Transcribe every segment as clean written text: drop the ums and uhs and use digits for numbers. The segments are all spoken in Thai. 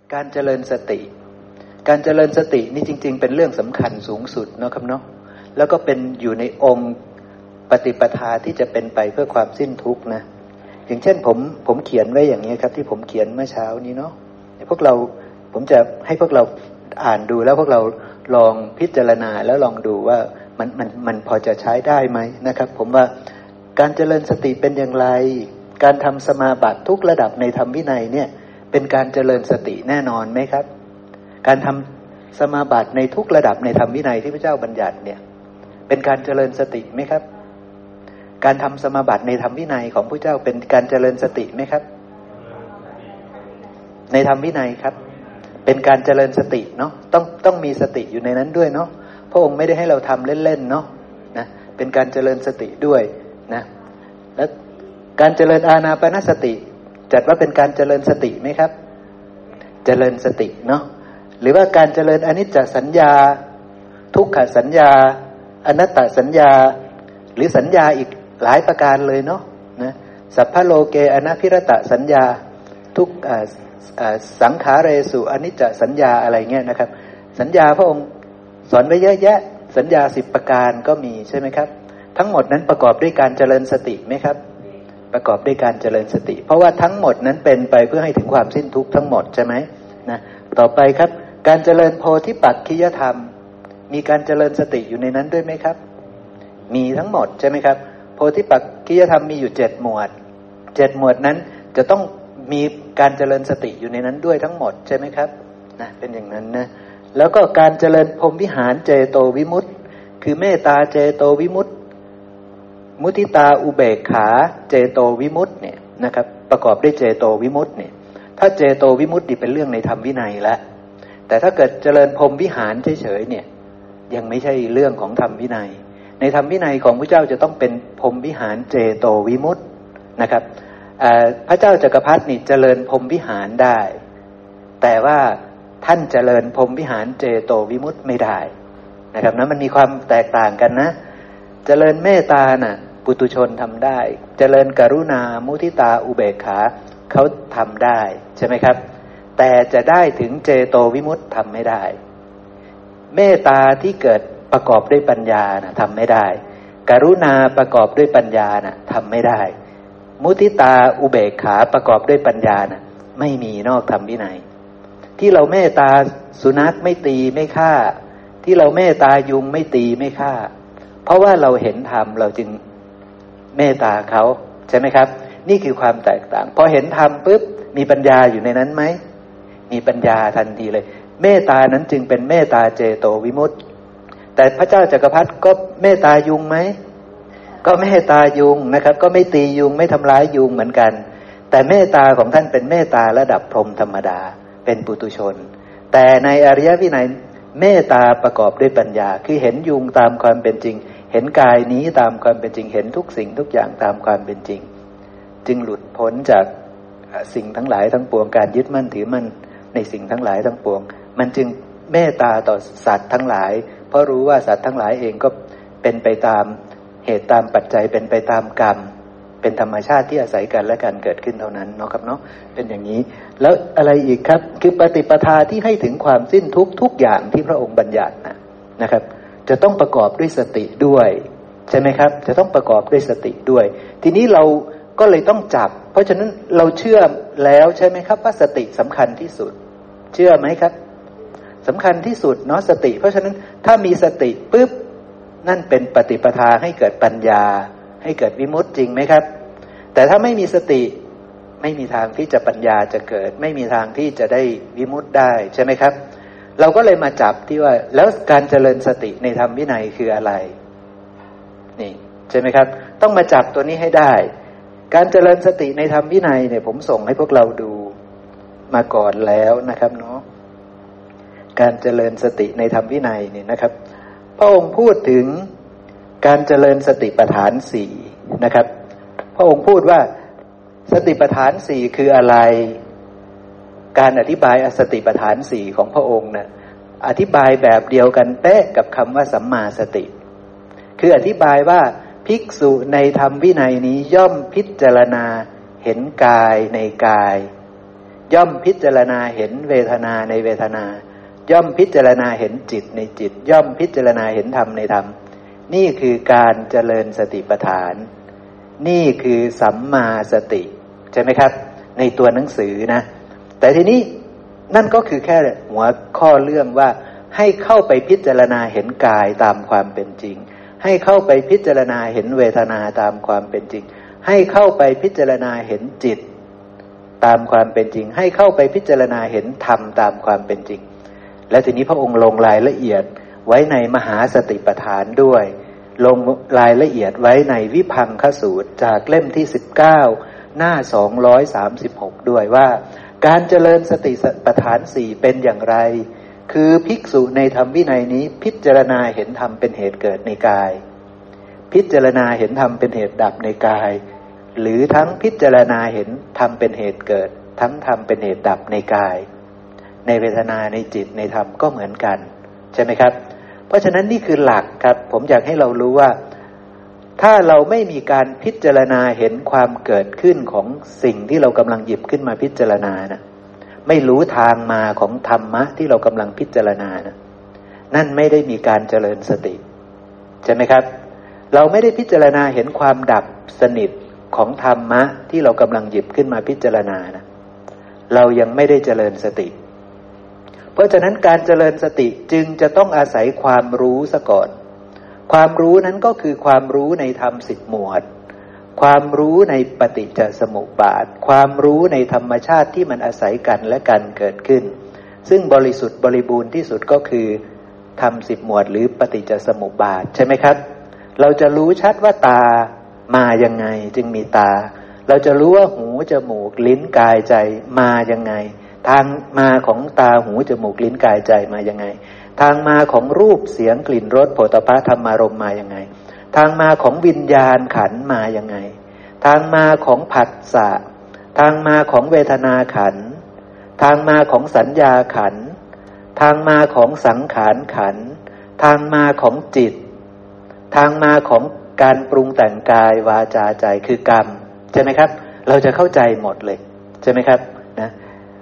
การเจริญสติการเจริญสตินี่จริงๆเป็นเรื่องสำคัญสูงสุดเนาะครับเนาะแล้วก็เป็นอยู่ในองค์ปฏิปทาที่จะเป็นไปเพื่อความสิ้นทุกข์นะอย่างเช่นผมเขียนไว้อย่างนี้ครับที่ผมเขียนเมื่อเช้านี้เนาะพวกเราผมจะให้พวกเราอ่านดูแล้วพวกเราลองพิจารณาแล้วลองดูว่ามันพอจะใช้ได้ไหมนะครับผมว่าการเจริญสติเป็นอย่างไรการทำสมาบัติทุกระดับในธรรมวินัยเนี่ยเป็นการเจริญสติแน่นอนไหมครับการทำสมาบัติในทุกระดับในธรรมวินัยที่พระเจ้าบัญญัติเนี่ยเป็นการเจริญสติไหมครับการทำสมาบัติในธรรมวินัยของพระเจ้าเป็นการเจริญสติไหมครับในธรรมวินัยครับเป็นการเจริญสติเนาะต้องมีสติอยู่ในนั้นด้วยเนาะพระองค์ไม่ได้ให้เราทำเล่นๆเนาะนะเป็นการเจริญสติด้วยนะแล้วการเจริญอานาปานสติจัดว่าเป็นการเจริญสติไหมครับเจริญสติเนาะหรือว่าการเจริญอนิจจสัญญาทุกขสัญญาอนัตตสัญญาหรือสัญญาอีกหลายประการเลยเนาะนะสัพพโลเกอนัพพิรตสัญญาทุกสังขาเรสุอนิจจสัญญาอะไรเงี้ยนะครับสัญญาพระองค์สอนไว้เยอะแยะสัญญา10ประการก็มีใช่ไหมครับทั้งหมดนั้นประกอบด้วยการเจริญสติไหมครับประกอบด้วยการเจริญสติเพราะว่าทั้งหมดนั้นเป็นไปเพื่อให้ถึงความสิ้นทุกข์ทั้งหมดใช่ไหมนะต่อไปครับการเจริญโพธิปักขิยธรรมมีการเจริญสติอยู่ในนั้นด้วยไหมครับมีทั้งหมดใช่ไหมครับโพธิปักขิยธรรมมีอยู่7หมวด7หมวดนั้นจะต้องมีการเจริญสติอยู่ในนั้นด้วยทั้งหมดใช่ไหมครับนะเป็นอย่างนั้นนะแล้วก็การเจริญพรหมวิหารเจโตวิมุตติคือเมตตาเจโตวิมุตติมุทิตาอุเบกขาเจโตวิมุตติเนี่ยนะครับประกอบด้วยเจโตวิมุตติเนี่ยถ้าเจโตวิมุตติเป็นเรื่องในธรรมวินัยแล้วแต่ถ้าเกิดเจริญพรหมวิหารเฉยๆเนี่ยยังไม่ใช่เรื่องของธรรมวินัยในธรรมวินัยของพระเจ้าจะต้องเป็นพรหมวิหารเจโตวิมุตตินะครับพระเจ้าจักรพรรดินี่เจริญพรหมวิหารได้แต่ว่าท่านเจริญพรหมวิหารเจโตวิมุตติไม่ได้นะครับนั้นมันมีความแตกต่างกันนะเจริญเมตตาน่ะปุถุชนทำได้เจริญกรุณามุทิตาอุเบกขาเขาทำได้ใช่ไหมครับแต่จะได้ถึงเจโตวิมุตติทำไม่ได้เมตตาที่เกิดประกอบด้วยปัญญาน่ะทำไม่ได้กรุณาประกอบด้วยปัญญาน่ะทำไม่ได้มุทิตาอุเบกขาประกอบด้วยปัญญาน่ะไม่มีนอกธรรมวินัยที่เราเมตตาสุนัขไม่ตีไม่ฆ่าที่เราเมตตายุงไม่ตีไม่ฆ่าเพราะว่าเราเห็นธรรมเราจึงเมตตาเขาใช่ไหมครับนี่คือความแตกต่างพอเห็นธรรมปุ๊บมีปัญญาอยู่ในนั้นไหมมีปัญญาทันทีเลยเมตตานั้นจึงเป็นเมตตาเจโตวิมุตติแต่พระเจ้าจักรพรรดิก็เมตตายุงไหมก็เมตตายุงนะครับก็ไม่ตียุงไม่ทำร้ายยุงเหมือนกันแต่เมตตาของท่านเป็นเมตตาระดับพรหมธรรมดาเป็นปุถุชนแต่ในอริยวินัยเมตตาประกอบด้วยปัญญาคือเห็นยุงตามความเป็นจริงเห็นกายนี้ตามความเป็นจริงเห็นทุกสิ่งทุกอย่างตามความเป็นจริงจึงหลุดพ้นจากสิ่งทั้งหลายทั้งปวงการยึดมั่นถือมั่นในสิ่งทั้งหลายทั้งปวงมันจึงเมตตาต่อสัตว์ทั้งหลายเพราะรู้ว่าสัตว์ทั้งหลายเองก็เป็นไปตามเหตุตามปัจจัยเป็นไปตามกรรมเป็นธรรมชาติที่อาศัยกันและกันเกิดขึ้นเท่านั้นเนาะครับเนาะเป็นอย่างนี้แล้วอะไรอีกครับคือปฏิปทาที่ให้ถึงความสิ้นทุกข์ทุกอย่างที่พระองค์บัญญัตินะครับจะต้องประกอบด้วยสติด้วยใช่ไหมครับจะต้องประกอบด้วยสติด้วยทีนี้เราก็เลยต้องจับเพราะฉะนั้นเราเชื่อแล้วใช่ไหมครับว่าสติสำคัญที่สุดเชื่อไหมครับสำคัญที่สุดเนาะสติเพราะฉะนั้นถ้ามีสติปุ๊บนั่นเป็นปฏิปทาให้เกิดปัญญาให้เกิดวิมุตติจริงไหมครับแต่ถ้าไม่มีสติไม่มีทางที่จะปัญญาจะเกิดไม่มีทางที่จะได้วิมุตติได้ใช่ไหมครับเราก็เลยมาจับที่ว่าแล้วการเจริญสติในธรรมวินัยคืออะไรนี่ใช่ไหมครับต้องมาจับตัวนี้ให้ได้การเจริญสติในธรรมวินัยเนี่ยผมส่งให้พวกเราดูมาก่อนแล้วนะครับเนาะการเจริญสติในธรรมวินัยเนี่ยนะครับพระองค์พูดถึงการเจริญสติปัฏฐาน4นะครับพระองค์พูดว่าสติปัฏฐาน4คืออะไรการอธิบายสติปัฏฐาน4ของพระองค์นะอธิบายแบบเดียวกันเป๊ะกับคำว่าสัมมาสติคืออธิบายว่าภิกษุในธรรมวินัยนี้ย่อมพิจารณาเห็นกายในกายย่อมพิจารณาเห็นเวทนาในเวทนาย่อมพิจารณาเห็นจิตในจิตย่อมพิจารณาเห็นธรรมในธรรมนี่คือการเจริญสติปัฏฐานนี่คือสัมมาสติใช่ไหมครับในตัวหนังสือนะแต่ทีนี้นั่นก็คือแค่หัวข้อเรื่องว่าให้เข้าไปพิจารณาเห็นกายตามความเป็นจริงให้เข้าไปพิจารณาเห็นเวทนาตามความเป็นจริงให้เข้าไปพิจารณาเห็นจิตตามความเป็นจริงให้เข้าไปพิจารณาเห็นธรรมตามความเป็นจริงและทีนี้พระองค์ลงรายละเอียดไว้ในมหาสติปัฏฐานด้วยลงรายละเอียดไว้ในวิพังคสูตรจากเล่มที่19หน้า236ด้วยว่าการเจริญสติปัฏฐาน4เป็นอย่างไรคือภิกษุในธรรมวินัยนี้พิจารณาเห็นธรรมเป็นเหตุเกิดในกายพิจารณาเห็นธรรมเป็นเหตุดับในกายหรือทั้งพิจารณาเห็นธรรมเป็นเหตุเกิดทั้งธรรมเป็นเหตุดับในกายในเวทนาในจิตในธรรมก็เหมือนกันใช่ไหมครับเพราะฉะนั้นนี่คือหลักครับผมอยากให้เรารู้ว่าถ้าเราไม่มีการพิจารณาเห็นความเกิดขึ้นของสิ่งที่เรากำลังหยิบขึ้นมาพิจารณานะไม่รู้ทางมาของธรรมะที่เรากำลังพิจารณานะนั่นไม่ได้มีการเจริญสติใช่ไหมครับเราไม่ได้พิจารณาเห็นความดับสนิทของธรรมะที่เรากำลังหยิบขึ้นมาพิจารณานะเรายังไม่ได้เจริญสติเพราะฉะนั้นการเจริญสติจึงจะต้องอาศัยความรู้ซะก่อนความรู้นั้นก็คือความรู้ในธรรม10หมวดความรู้ในปฏิจจสมุปบาทความรู้ในธรรมชาติที่มันอาศัยกันและกันเกิดขึ้นซึ่งบริสุทธิ์บริบูรณ์ที่สุดก็คือธรรม10หมวดหรือปฏิจจสมุปบาทใช่ไหมครับเราจะรู้ชัดว่าตามายังไงจึงมีตาเราจะรู้ว่าหูจมูกลิ้นกายใจมายังไงทางมาของตาหูจมูกลิ้นกายใจมายังไงทางมาของรูปเสียงกลิ่นรสโผฏฐัพพะธรรมารมณ์มายังไงทางมาของวิญญาณขันธ์มายังไงทางมาของผัสสะทางมาของเวทนาขันธ์ทางมาของสัญญาขันธ์ทางมาของสังขารขันธ์ทางมาของจิตทางมาของการปรุงแต่งกายวาจาใจคือกรรมใช่ไหมครับเราจะเข้าใจหมดเลยใช่ไหมครับนะ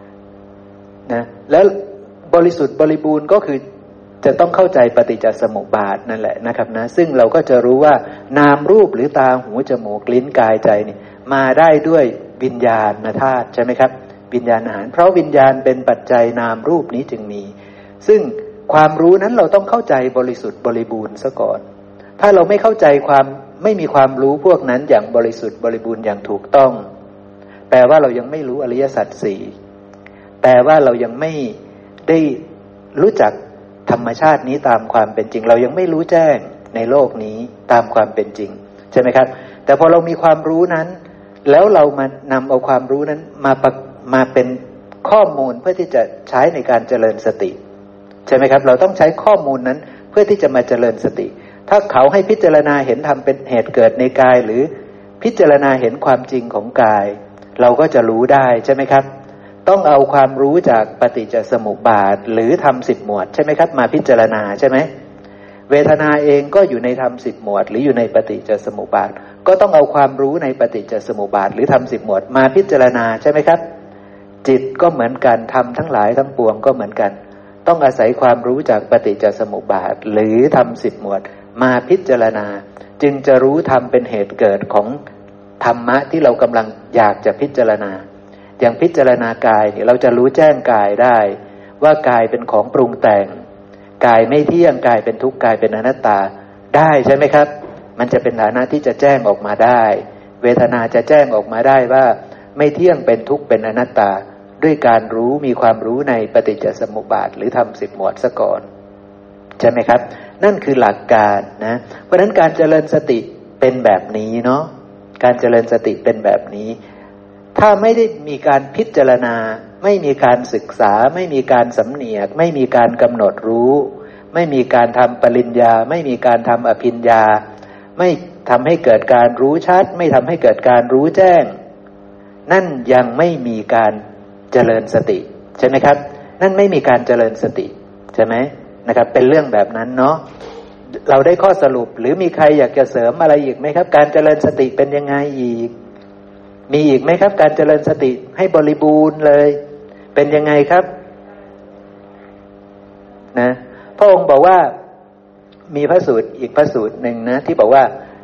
แล้วบริสุทธิ์บริบูรณ์ก็คือจะต้องเข้าใจปฏิจจสมุปบาทนั่นแหละนะครับนะซึ่งเราก็จะรู้ว่านามรูปหรือตาหูจมูกลิ้นกายใจนี่มาได้ด้วยวิญญาณธาตุใช่ไหมครับวิญญาณอาหารเพราะวิญญาณเป็นปัจจัยนามรูปนี้จึงมีซึ่งความรู้นั้นเราต้องเข้าใจบริสุทธิ์บริบูรณ์ซะก่อนถ้าเราไม่เข้าใจไม่มีความรู้พวกนั้นอย่างบริสุทธิ์บริบูรณ์อย่างถูกต้องแปลว่าเรายังไม่รู้อริยสัจสี่แปลว่าเรายังไม่ได้รู้จักธรรมชาตินี้ตามความเป็นจริงเรายังไม่รู้แจ้งในโลกนี้ตามความเป็นจริงใช่ไหมครับแต่พอเรามีความรู้นั้นแล้วเรามานำเอาความรู้นั้นมาเป็นข้อมูลเพื่อที่จะใช้ในการเจริญสติใช่ไหมครับเราต้องใช้ข้อมูลนั้นเพื่อที่จะมาเจริญสติถ้าเขาให้พิจารณาเห็นธรรมเป็นเหตุเกิดในกายหรือพิจารณาเห็นความจริงของกายเราก็จะรู้ได้ใช่ไหมครับต้องเอาความรู้จากปฏิจจสมุปบาทหรือธรรม10หมวดใช่ไหมครับมาพิจารณาใช่ไหมเวทนาเองก็อยู่ในธรรม10หมวดหรืออยู่ในปฏิจจสมุปบาทก็ต้องเอาความรู้ในปฏิจจสมุปบาทหรือธรรม10หมวดมาพิจารณาใช่ไหมครับจิตก็เหมือนกันธรรมทั้งหลายทั้งปวงก็เหมือนกันต้องอาศัยความรู้จากปฏิจจสมุปบาทหรือธรรม10หมวดมาพิจารณาจึงจะรู้ธรรมเป็นเหตุเกิดของธรรมะที่เรากำลังอยากจะพิจารณาอย่างพิจารณากายเนี่ยเราจะรู้แจ้งกายได้ว่ากายเป็นของปรุงแต่งกายไม่เที่ยงกายเป็นทุกข์กายเป็นอนัตตาได้ใช่ไหมครับมันจะเป็นฐานะที่จะแจ้งออกมาได้เวทนาจะแจ้งออกมาได้ว่าไม่เที่ยงเป็นทุกข์เป็นอนัตตาด้วยการรู้มีความรู้ในปฏิจจสมุปบาทหรือธรรม10หมวดซะก่อนใช่ไหมครับนั่นคือหลักการนะเพราะฉะนั้นการเจริญสติเป็นแบบนี้เนาะการเจริญสติเป็นแบบนี้ถ้าไม่ได้มีการพิจารณาไม่มีการศึกษาไม่มีการสำเนียกไม่มีการกำหนดรู้ไม่มีการทำปริญญาไม่มีการทำอภิญญาไม่ทำให้เกิดการรู้ชัดไม่ทำให้เกิดการรู้แจ้งนั่นยังไม่มีการเจริญสติใช่ไหมครับนั่นไม่มีการเจริญสติใช่ไหมนะครับเป็นเรื่องแบบนั้นเนาะเราได้ข้อสรุปหรือมีใครอยากจะเสริมอะไรอีกไหมครับการเจริญสติเป็นยังไงอีกมีอีกไหมครับการเจริญสติให้บริบูรณ์เลยเป็นยังไงครับนะพระองค์บอกว่ามีพระสูตรอีกพระสูตรหนึ่งนะที่บอกว่า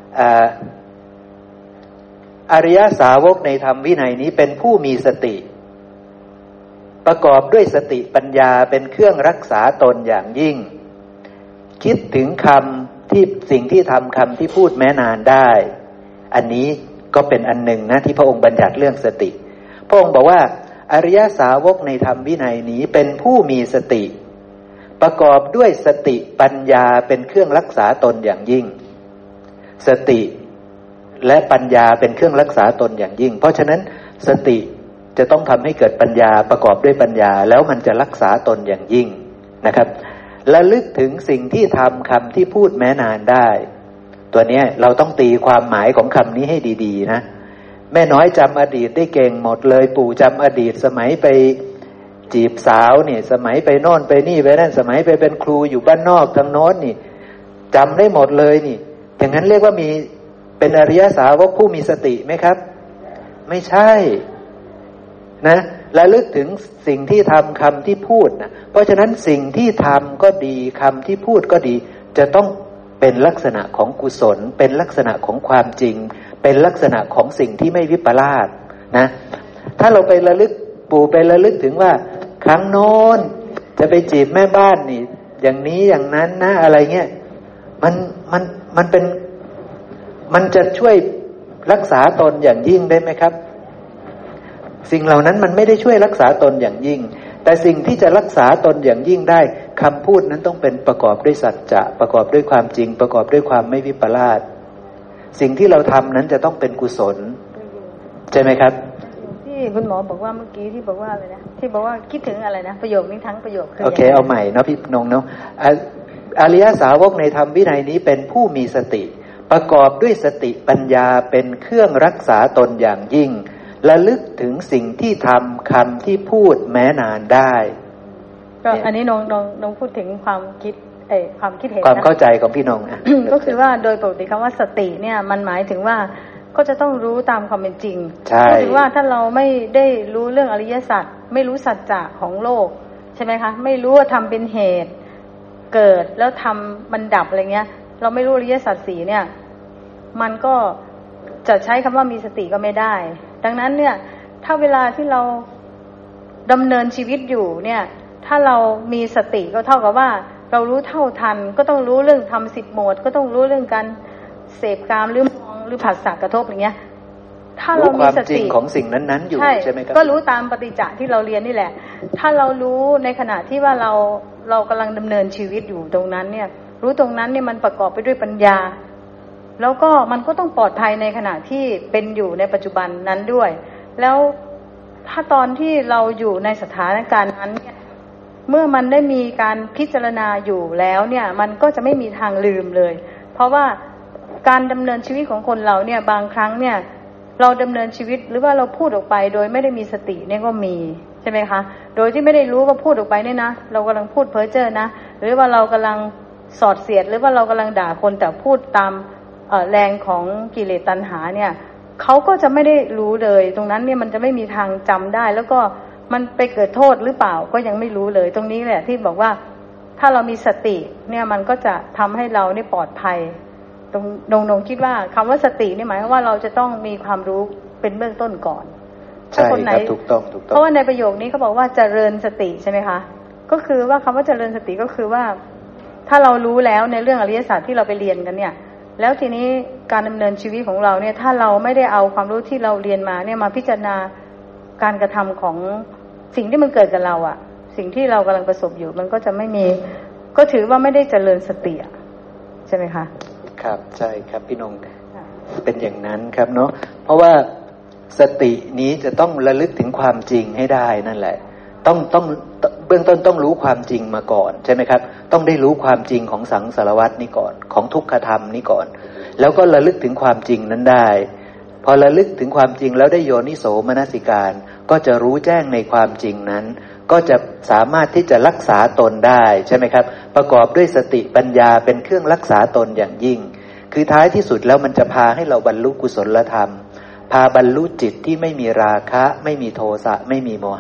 อริยสาวกในธรรมวินัยนี้เป็นผู้มีสติประกอบด้วยสติปัญญาเป็นเครื่องรักษาตนอย่างยิ่งคิดถึงคำที่สิ่งที่ทำคำที่พูดแม้นานได้อันนี้ก็เป็นอันหนึ่งนะที่พระองค์บัญญัติเรื่องสติพระองค์บอกว่าอริยสาวกในธรรมวินัยนี้เป็นผู้มีสติประกอบด้วยสติปัญญาเป็นเครื่องรักษาตนอย่างยิ่งสติและปัญญาเป็นเครื่องรักษาตนอย่างยิ่งเพราะฉะนั้นสติจะต้องทำให้เกิดปัญญาประกอบด้วยปัญญาแล้วมันจะรักษาตนอย่างยิ่งนะครับระลึกถึงสิ่งที่ทำคำที่พูดแม้นานได้ตัวนี้เราต้องตีความหมายของคำนี้ให้ดีๆนะแม่น้อยจำอดีตได้เก่งหมดเลยปู่จำอดีตสมัยไปจีบสาวนี่สมัยไปโน่นไปนี่ไปนั่นสมัยไปเป็นครูอยู่บ้านนอกทางโน้นนี่จำได้หมดเลยนี่อย่างนั้นเรียกว่ามีเป็นอริยสาวกผู้มีสติไหมครับไม่ใช่นะระลึกถึงสิ่งที่ทำคำที่พูดนะเพราะฉะนั้นสิ่งที่ทำก็ดีคำที่พูดก็ดีจะต้องเป็นลักษณะของกุศลเป็นลักษณะของความจริงเป็นลักษณะของสิ่งที่ไม่วิปลาสนะถ้าเราไประลึกปู่ไประลึกถึงว่าครั้งโน้นจะไปจีบแม่บ้านนี่อย่างนี้อย่างนั้นนะอะไรเงี้ยมันเป็นมันจะช่วยรักษาตนอย่างยิ่งได้ไหมครับสิ่งเหล่านั้นมันไม่ได้ช่วยรักษาตนอย่างยิ่งแต่สิ่งที่จะรักษาตนอย่างยิ่งได้คำพูดนั้นต้องเป็นประกอบด้วยสัจจะประกอบด้วยความจริงประกอบด้วยความไม่วิปลาสสิ่งที่เราทำนั้นจะต้องเป็นกุศลใช่ไหมครับที่คุณหมอบอกว่าเมื่อกี้ที่บอกว่าอะไรนะที่บอกว่าคิดถึงอะไรนะประโยคนี้ทั้งประโยคคือโอเคเอาใหม่เนาะพี่นงเนาะอริยสาวกในธรรมวินัยนี้เป็นผู้มีสติประกอบด้วยสติปัญญาเป็นเครื่องรักษาตนอย่างยิ่งระลึกถึงสิ่งที่ทำคำที่พูดแม้นานได้ก็อันนี้น้องพูดถึงความคิดความคิดเห็นความเข้าใจของพี่นงอ่ะก็คือว่าโดยปกติคำว่าสติเนี่ยมันหมายถึงว่าก็จะต้องรู้ตามความเป็นจริงพูดถึงว่าถ้าเราไม่ได้รู้เรื่องอริยสัจไม่รู้สัจจะของโลกใช่ไหมคะไม่รู้ว่าทำเป็นเหตุเกิดแล้วทำมันดับอะไรเงี้ยเราไม่รู้อริยสัจสี่เนี่ยมันก็จะใช้คำว่ามีสติก็ไม่ได้ดังนั้นเนี่ยถ้าเวลาที่เราดำเนินชีวิตอยู่เนี่ยถ้าเรามีสติก็เท่ากับว่าเรารู้เท่าทันก็ต้องรู้เรื่องทำ10โหมดก็ต้องรู้เรื่องการเสพกามหรือมองหรือผัสสะกระทบอย่างเงี้ยถ้าเรามีสติของสิ่งนั้นๆอยู่ใช่ไหมครับก็รู้ตามปฏิจจ์ที่เราเรียนนี่แหละถ้าเรารู้ในขณะที่ว่าเรากำลังดำเนินชีวิตอยู่ตรงนั้นเนี่ยรู้ตรงนั้นเนี่ยมันประกอบไปด้วยปัญญาแล้วก็มันก็ต้องปลอดภัยในขณะที่เป็นอยู่ในปัจจุบันนั้นด้วยแล้วถ้าตอนที่เราอยู่ในสถานการณ์นั้นเนี่ยเมื่อมันได้มีการพิจารณาอยู่แล้วเนี่ยมันก็จะไม่มีทางลืมเลยเพราะว่าการดำเนินชีวิตของคนเราเนี่ยบางครั้งเนี่ยเราดำเนินชีวิตหรือว่าเราพูดออกไปโดยไม่ได้มีสติเนี่ยก็มีใช่ไหมคะโดยที่ไม่ได้รู้ว่าพูดออกไปเนี่ยนะเรากำลังพูดเพ้อเจ้อนะหรือว่าเรากำลังสอดเสียดหรือว่าเรากำลังด่าคนแต่พูดตามแรงของกิเลสตัณหาเนี่ยเขาก็จะไม่ได้รู้เลยตรงนั้นเนี่ยมันจะไม่มีทางจำได้แล้วก็มันไปเกิดโทษหรือเปล่าก็ยังไม่รู้เลยตรงนี้แหละที่บอกว่าถ้าเรามีสติเนี่ยมันก็จะทำให้เราเนี่ยปลอดภัยตรงนงคิดว่าคำว่าสตินี่หมายว่าเราจะต้องมีความรู้เป็นเบื้องต้นก่อนใช่ครับถูกต้องเพราะว่าในประโยคนี้เขาบอกว่าเจริญสติใช่ไหมคะก็คือว่าคำว่าเจริญสติก็คือว่าถ้าเรารู้แล้วในเรื่องอริยสัจที่เราไปเรียนกันเนี่ยแล้วทีนี้การดำเนินชีวิตของเราเนี่ยถ้าเราไม่ได้เอาความรู้ที่เราเรียนมาเนี่ยมาพิจารณาการกระทำของสิ่งที่มันเกิดกับเราอะสิ่งที่เรากำลังประสบอยู่มันก็จะไม่มีก็ถือว่าไม่ได้เจริญสติใช่ไหมคะครับใช่ครับพี่นงเป็นอย่างนั้นครับเนาะเพราะว่าสตินี้จะต้องระลึกถึงความจริงให้ได้นั่นแหละต้องเบื้องต้นต้องรู้ความจริงมาก่อนใช่ไหมครับต้องได้รู้ความจริงของสังสารวัฏนี้ก่อนของทุกขธรรมนี้ก่อนแล้วก็ระลึกถึงความจริงนั้นได้พอระลึกถึงความจริงแล้วได้โยนิโสมนสิการก็จะรู้แจ้งในความจริงนั้นก็จะสามารถที่จะรักษาตนได้ใช่ไหมครับประกอบด้วยสติปัญญาเป็นเครื่องรักษาตนอย่างยิ่งคือท้ายที่สุดแล้วมันจะพาให้เราบรรลุกุศลธรรมพาบรรลุจิตที่ไม่มีราคะไม่มีโทสะไม่มีโมหะ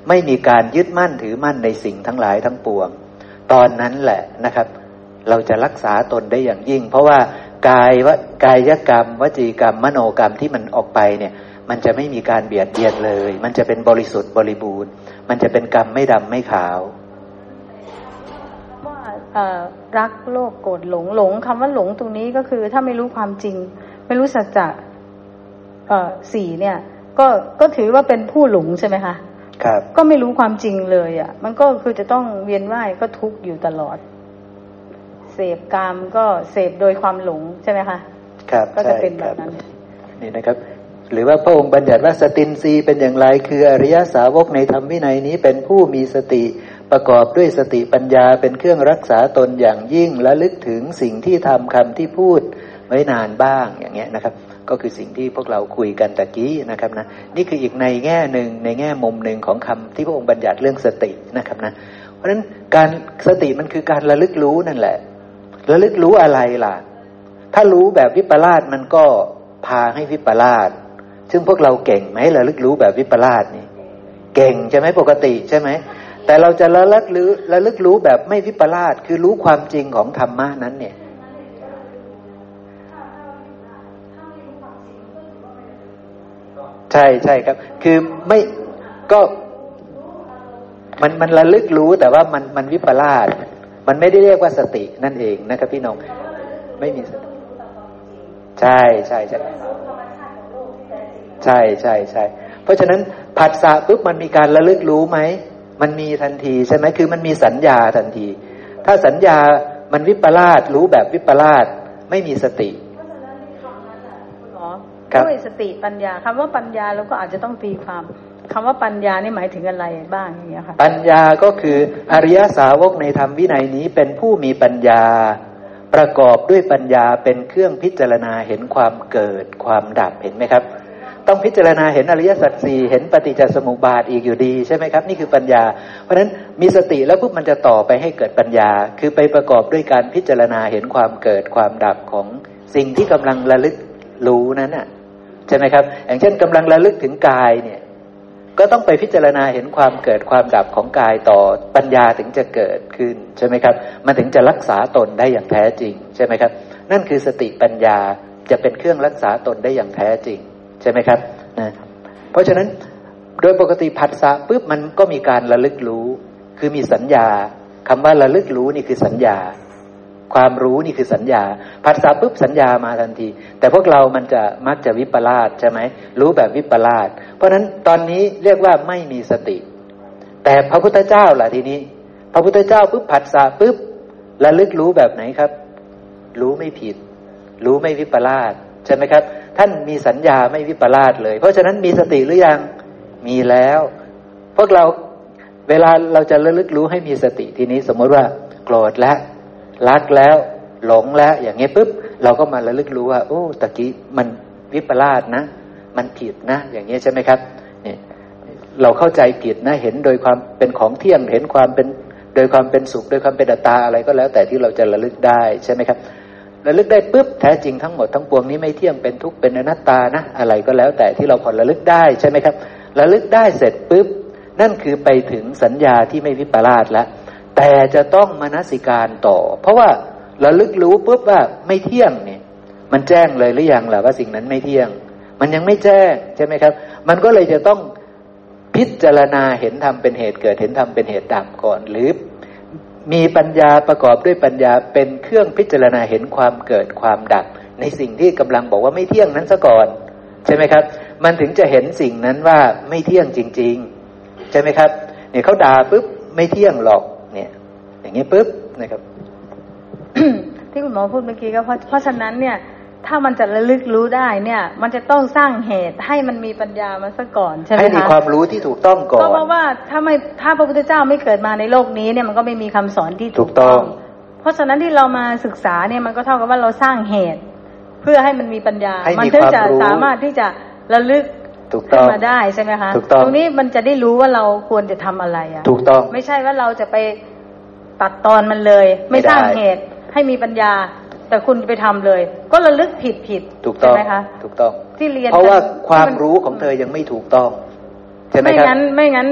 ไม่มีการยึดมั่นถือมั่นในสิ่งทั้งหลายทั้งปวงตอนนั้นแหละนะครับเราจะรักษาตนได้อย่างยิ่งเพราะว่ากายกรรมวจีกรรมมโนกรรมที่มันออกไปเนี่ยมันจะไม่มีการเบียดเบียนเลยมันจะเป็นบริสุทธิ์บริบูรณ์มันจะเป็นกรรมไม่ดำไม่ขาวว่ารักโลภโกรธหลงคำว่าหลงตรงนี้ก็คือถ้าไม่รู้ความจริงไม่รู้สัจจะสี่เนี่ยก็ถือว่าเป็นผู้หลงใช่ไหมคะครับก็ไม่รู้ความจริงเลยอ่ะมันก็คือจะต้องเวียนว่ายก็ทุกข์อยู่ตลอดเสพกามก็เสพโดยความหลงใช่ไหมคะครับก็จะเป็นแบบนั้นนี่นะครับหรือว่าพระองค์บัญญัติว่าสตินทรีย์เป็นอย่างไรคืออริยสาวกในธรรมวินัยนี้เป็นผู้มีสติประกอบด้วยสติปัญญาเป็นเครื่องรักษาตนอย่างยิ่งและลึกถึงสิ่งที่ทำคำที่พูดไว้นานบ้างอย่างเงี้ยนะครับก็คือสิ่งที่พวกเราคุยกันตะกี้นะครับนะนี่คืออีกในแง่หนึ่งในแง่มุมหนึ่งของคำที่พระองค์บัญญัติเรื่องสตินะครับนะเพราะฉะนั้นการสติมันคือการระลึกรู้นั่นแหละระลึกรู้อะไรล่ะถ้ารู้แบบวิปลาสมันก็พาให้วิปลาสซึ่งพวกเราเก่งไหมระลึกรู้แบบวิปลาสนี่เก่งใช่ไหมปกติใช่ไหมแต่เราจะระลึกรู้แบบไม่วิปลาสคือรู้ความจริงของธรรมะนั้นเนี่ยใช่ใช่ครับคือไม่ก็มันระลึกรู้แต่ว่ามันวิปลาสมันไม่ได้เรียกว่าสตินั่นเองนะครับพี่น้องไม่มีสติใช่ใช่ใช่ใช่ใช่ใช่เพราะฉะนั้นผัสสะปุ๊บมันมีการระลึกรู้ไหมมันมีทันทีใช่ไหมคือมันมีสัญญาทันทีถ้าสัญญามันวิปลาสรู้แบบวิปลาสไม่มีสติด้วยสติปัญญาคำว่าปัญญาเราก็อาจจะต้องตีความคำว่าปัญญานี่หมายถึงอะไรบ้างอย่างเงี้ยค่ะปัญญาก็คืออริยสาวกในธรรมวินัยนี้เป็นผู้มีปัญญาประกอบด้วยปัญญาเป็นเครื่องพิจารณาเห็นความเกิดความดับเห็นไหมครับต้องพิจารณาเห็นอริยสัจสี่เห็นปฏิจจสมุปบาทอีกอยู่ดีใช่ไหมครับนี่คือปัญญาเพราะฉะนั้นมีสติแล้วปุ๊บมันจะต่อไปให้เกิดปัญญาคือไปประกอบด้วยการพิจารณาเห็นความเกิดความดับของสิ่งที่กำลังระลึกรู้นั้นน่ะใช่ไหมครับอย่างเช่นกำลังระลึกถึงกายเนี่ยก็ต้องไปพิจารณาเห็นความเกิดความดับของกายต่อปัญญาถึงจะเกิดขึ้นใช่ไหมครับมันถึงจะรักษาตนได้อย่างแท้จริงใช่ไหมครับนั่นคือสติปัญญาจะเป็นเครื่องรักษาตนได้อย่างแท้จริงใช่ไหมครับนะเพราะฉะนั้นโดยปกติผัสสะปุ๊บมันก็มีการระลึกรู้คือมีสัญญาคำว่าระลึกรู้นี่คือสัญญาความรู้นี่คือสัญญาผัสสะปุ๊บสัญญามาทันทีแต่พวกเรามันจะมักจะวิปลาสใช่ไหมรู้แบบวิปลาสเพราะฉะนั้นตอนนี้เรียกว่าไม่มีสติแต่พระพุทธเจ้าล่ะทีนี้พระพุทธเจ้าปุ๊บผัสสะปุ๊บระลึกรู้แบบไหนครับรู้ไม่ผิดรู้ไม่วิปลาสใช่ไหมครับท่านมีสัญญาไม่วิปลาสเลยเพราะฉะนั้นมีสติหรือยังมีแล้วพวกเราเวลาเราจะระลึกรู้ให้มีสติทีนี้สมมติว่าโกรธแล้วรักแล้วหลงแล้วอย่างเงี้ยปุ๊บเราก็มาระลึกรู้ว่าโอ้ตะกี้มันวิปลาสนะมันผิดนะอย่างเงี้ยใช่ไหมครับเนี่ยเราเข้าใจผิดนะเห็นโดยความเป็นของเที่ยงเห็นความเป็นโดยความเป็นสุขโดยความเป็นอัตตาอะไรก็แล้วแต่ที่เราจะระลึกได้ใช่ไหมครับระลึกได้ปุ๊บแท้จริงทั้งหมดทั้งปวงนี้ไม่เที่ยงเป็นทุกข์เป็นอนัตตานะอะไรก็แล้วแต่ที่เราพอระลึกได้ใช่ไหมครับระลึกได้เสร็จปุ๊บนั่นคือไปถึงสัญญาที่ไม่วิปลาสแล้วแต่จะต้องมนสิการต่อเพราะว่าระลึกรู้ปุ๊บว่าไม่เที่ยงเนี่ยมันแจ้งเลยหรือยังล่ะว่าสิ่งนั้นไม่เที่ยงมันยังไม่แจ้งใช่ไหมครับมันก็เลยจะต้องพิจารณาเห็นธรรมเป็นเหตุเกิดเห็นธรรมเป็นเหตุดับก่อนหรือมีปัญญาประกอบด้วยปัญญาเป็นเครื่องพิจารณาเห็นความเกิดความดับในสิ่งที่กำลังบอกว่าไม่เที่ยงนั้นซะก่อนใช่ไหมครับมันถึงจะเห็นสิ่งนั้นว่าไม่เที่ยงจริงๆใช่ไหมครับเนี่ยเขาด่าปุ๊บไม่เที่ยงหรอกเนี่ยอย่างนี้ปุ๊บนะครับที่คุณหมอพูดเมื่อกี้ก็เพราะฉะนั้นเนี่ยถ้ามันจะระลึกรู้ได้เนี่ยมันจะต้องสร้างเหตุให้มันมีปัญญามาซะก่อนใช่ไหมคะให้มีความรู้ที่ถูกต้องก่อนเพราะว่าถ้าพระพุทธเจ้าไม่เกิดมาในโลกนี้เนี่ยมันก็ไม่มีคำสอนที่ถูกต้องเพราะฉะนั้นที่เรามาศึกษาเนี่ยมันก็เท่ากับว่าเราสร้างเหตุเพื่อให้มันมีปัญญามันถึงจะสามารถที่จะระลึกขึ้นมาได้ใช่ไหมคะตรงนี้มันจะได้รู้ว่าเราควรจะทำอะไรอ่ะถูกต้องไม่ใช่ว่าเราจะไปตัดตอนมันเลยไม่สร้างเหตุให้มีปัญญาแต่คุณไปทำเลยก็ระลึกผิดใช่ไหมคะถูกต้องที่เรียนเพราะว่าความรู้ของเธอยังไม่ถูกต้องใช่ไหมครับไม่งั้น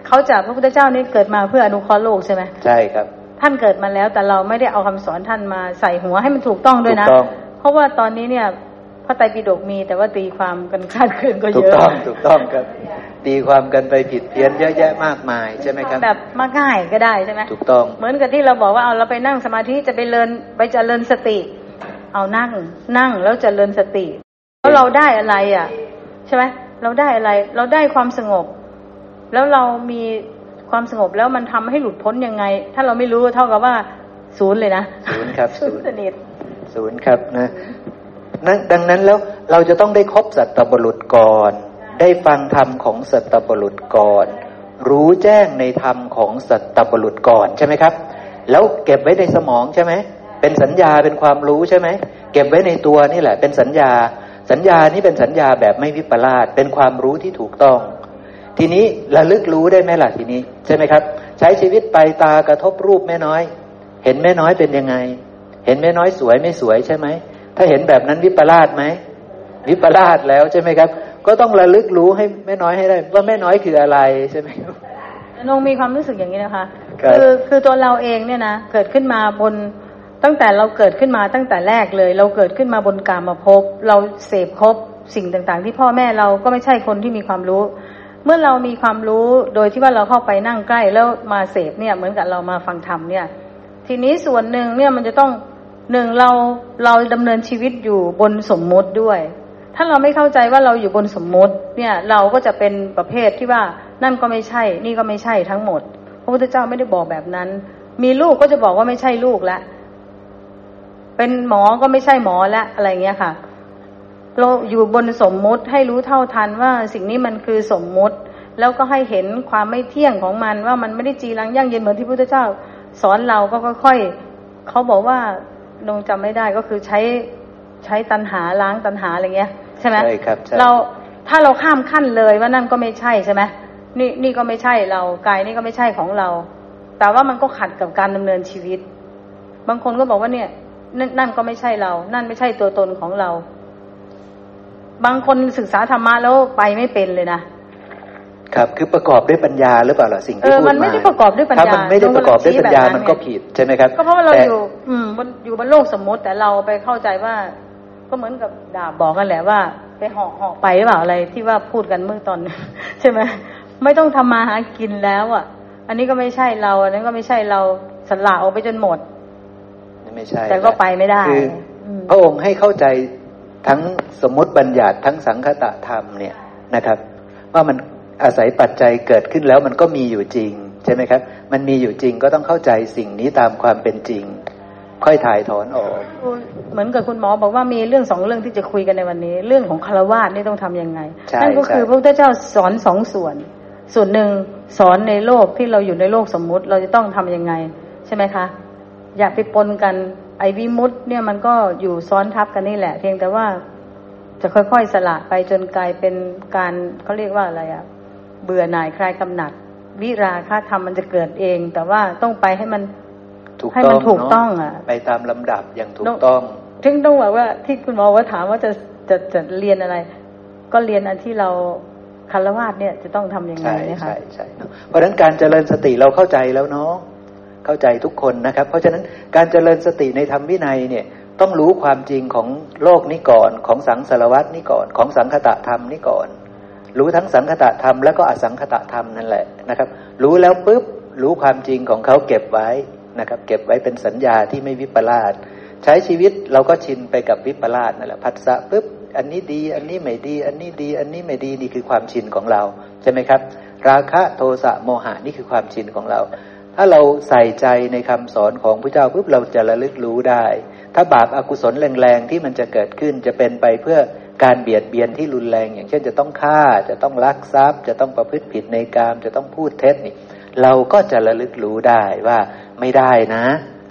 เขาจะพระพุทธเจ้านี่เกิดมาเพื่ออนุเคราะห์โลกใช่ไหมใช่ครับท่านเกิดมาแล้วแต่เราไม่ได้เอาคำสอนท่านมาใส่หัวให้มันถูกต้องด้วยนะเพราะว่าตอนนี้เนี่ยพระไตรปิฎกมีแต่ว่าตีความกันคลาดเคลื่อนก็เยอะถูกต้องครับตีความกันไปผิดเพี้ยนเยอะแยะมากมายใช่ไหมครับแบบมาง่ายก็ได้ใช่ไหมถูกต้องเหมือนกับที่เราบอกว่าเอาเราไปนั่งสมาธิจะไปเจริญสติเอานั่งแล้วเจริญสติแล้วเราได้อะไรอ่ะใช่ไหมเราได้อะไรเราได้ความสงบแล้วเรามีความสงบแล้วมันทำให้หลุดพ้นยังไงถ้าเราไม่รู้เท่ากับว่าศูนย์เลยนะศูนย์ครับศูนย์สนิทศูนย์ครับนะดังนั้นแล้วเราจะต้องได้คบสัตตบุรุษก่อนได้ฟังธรรมของสัตตบุรุษก่อนรู้แจ้งในธรรมของสัตตบุรุษก่อนใช่ไหมครับแล้วเก็บไว้ในสมองใช่ไหมเป็นสัญญาเป็นความรู้ใช่ไหมเก็บไว้ในตัวนี่แหละเป็นสัญญานี้เป็นสัญญาแบบไม่วิปลาสเป็นความรู้ที่ถูกต้องทีนี้ระลึกรู้ได้ไหมล่ะทีนี้ใช่ไหมครับใช้ชีวิตไปตากระทบรูปแม่น้อยเห็นแม่น้อยเป็นยังไงเห็นแม่น้อยสวยไม่สวยใช่ไหมถ้าเห็นแบบนั้นวิปลาสไหมวิปลาสแล้วใช่ไหมครับก็ต้องระลึกรู้ให้แม่น้อยให้ได้ว่าแม่น้อยคืออะไรใช่ไหมน้องมีความรู้สึกอย่างนี้นะคะคือตัวเราเองเนี่ยนะเกิดขึ้นมาบนตั้งแต่เราเกิดขึ้นมาตั้งแต่แรกเลยเราเกิดขึ้นมาบนกามภพเราเสพครบสิ่งต่างๆที่พ่อแม่เราก็ไม่ใช่คนที่มีความรู้เมื่อเรามีความรู้โดยที่ว่าเราเข้าไปนั่งใกล้แล้วมาเสพเนี่ยเหมือนกับเรามาฟังธรรมเนี่ยทีนี้ส่วนหนึ่งเนี่ยมันจะต้องหนึ่งเราดำเนินชีวิตอยู่บนสมมุติด้วยถ้าเราไม่เข้าใจว่าเราอยู่บนสมมุติเนี่ยเราก็จะเป็นประเภทที่ว่านั่นก็ไม่ใช่นี่ก็ไม่ใช่ทั้งหมดพระพุทธเจ้าไม่ได้บอกแบบนั้นมีลูกก็จะบอกว่าไม่ใช่ลูกละเป็นหมอก็ไม่ใช่หมอละอะไรเงี้ยค่ะเราอยู่บนสมมุติให้รู้เท่าทันว่าสิ่งนี้มันคือสมมุติแล้วก็ให้เห็นความไม่เที่ยงของมันว่ามันไม่ได้จีรังยั่งยืนเหมือนที่พระพุทธเจ้าสอนเราก็ค่อยๆเขาบอกว่าลงจำไม่ได้ก็คือใช้ตัณหาล้างตัณหาอะไรเงี้ยใช่ไหมใช่ครับเราถ้าเราข้ามขั้นเลยว่านั่นก็ไม่ใช่ใช่ไหมนี่ก็ไม่ใช่เรากายนี่ก็ไม่ใช่ของเราแต่ว่ามันก็ขัดกับการดำเนินชีวิตบางคนก็บอกว่าเนี่ยนั่นก็ไม่ใช่เรานั่นไม่ใช่ตัวตนของเราบางคนศึกษาธรรมะแล้วไปไม่เป็นเลยนะครับคือประกอบด้วยปัญญาหรือเปล่าล่ะสิ่งที่พูดมามันไม่ได้ประกอบด้วยปัญญาถ้ามันไม่ได้ประกอบด้วยปัญญามันก็ผิดใช่ไหมครับก็เพราะว่าเราอยู่บนโลกสมมติแต่เราไปเข้าใจว่าก็เหมือนกับดาบบอกกันแหละว่าไปเหาะไปหรือเปล่าอะไรที่ว่าพูดกันเมื่อตอนใช่ไหมไม่ต้องทำมาหากินแล้วอ่ะอันนี้ก็ไม่ใช่เราอันนั้นก็ไม่ใช่เราสละออกไปจนหมดไม่ใช่แต่ก็ไปไม่ได้คือพระองค์ให้เข้าใจทั้งสมมติบัญญัติทั้งสังคตธรรมเนี่ยนะครับว่ามันอาศัยปัจจัยเกิดขึ้นแล้วมันก็มีอยู่จริงใช่ไหมครับมันมีอยู่จริงก็ต้องเข้าใจสิ่งนี้ตามความเป็นจริงค่อยถ่ายถอนออกเหมือนกับคุณหมอบอกว่ามีเรื่อง2เรื่องที่จะคุยกันในวันนี้เรื่องของฆราวาสนี่ต้องทำยังไงนั่นก็คือพระพุทธเจ้าสอน2ส่วนหนึ่งสอนในโลกที่เราอยู่ในโลกสมมุติเราจะต้องทำยังไงใช่ไหมคะอย่าไปปนกันไอ้วิมุตติเนี่ยมันก็อยู่ซ้อนทับกันนี่แหละเพียงแต่ว่าจะค่อยๆสละไปจนกลายเป็นการเขาเรียกว่าอะไรอะเบื่อหน่ายคลายกำหนัดวิราคะธรรมมันจะเกิดเองแต่ว่าต้องไปให้มันถูกต้องอ่ะไปตามลำดับอย่างถูกต้องถึงต้องบอกว่าที่คุณหมอว่าถามว่าจะเรียนอะไรก็เรียนอันที่เราฆราวาสเนี่ยจะต้องทำยังไงนะคะใช่เพราะฉะนั้นการเจริญสติเราเข้าใจแล้วเนาะเข้าใจทุกคนนะครับเพราะฉะนั้นการเจริญสติในธรรมวินัยเนี่ยต้องรู้ความจริงของโลกนี้ก่อนของสังสารวัฏนี้ก่อนของสังคตธรรมนี้ก่อนรู้ทั้งสังคตธรรมแล้วก็อสังคตธรรมนั่นแหละนะครับรู้แล้วปุ๊บรู้ความจริงของเขาเก็บไว้นะครับเก็บไว้เป็นสัญญาที่ไม่วิปลาสใช้ชีวิตเราก็ชินไปกับวิปลาสนั่นแหละผัสสะปุ๊บอันนี้ดีอันนี้ไม่ดีอันนี้ดีอันนี้ไม่ดีนี่คือความชินของเราใช่ไหมครับราคะโทสะโมหะนี่คือความชินของเราถ้าเราใส่ใจในคำสอนของพระเจ้าปุ๊บเราจะระลึกรู้ได้ถ้าบาปอกุศลแรงๆที่มันจะเกิดขึ้นจะเป็นไปเพื่อการเบียดเบียนที่รุนแรงอย่างเช่นจะต้องฆ่าจะต้องลักทรัพย์จะต้องประพฤติผิดในกามจะต้องพูดเท็จนี่เราก็จะระลึกรู้ได้ว่าไม่ได้นะ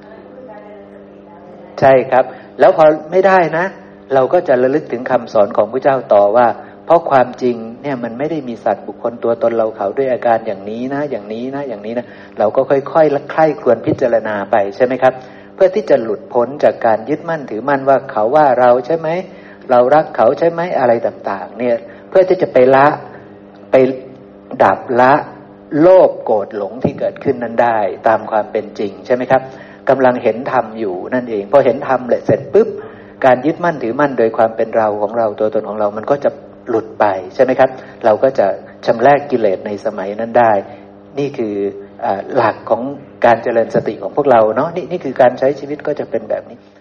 ใช่ครับแล้วพอไม่ได้นะเราก็จะระลึกถึงคำสอนของพระเจ้าต่อว่าเพราะความจริงเนี่ยมันไม่ได้มีสัตว์บุคคลตัวตนเราเขาด้วยอาการอย่างนี้นะอย่างนี้นะอย่างนี้นะเราก็ค่อยๆใคร่ครวญพิจารณาไปใช่ไหมครับเพื่อที่จะหลุดพ้นจากการยึดมั่นถือมั่นว่าเขาว่าเราใช่ไหมเรารักเขาใช่ไหมอะไรต่างๆเนี่ยเพื่อที่จะไปละไปดับละโลภโกรธหลงที่เกิดขึ้นนั้นได้ตามความเป็นจริงใช่ไหมครับกำลังเห็นธรรมอยู่นั่นเองพอเห็นธรรมเสร็จปุ๊บการยึดมั่นถือมั่นโดยความเป็นเราของเราตัวตนของเรามันก็จะหลุดไปใช่ไหมครับเราก็จะชำระกิเลสในสมัยนั้นได้นี่คือหลักของการเจริญสติของพวกเราเนาะนี่คือการใช้ชีวิตก็จะเป็นแบบนี้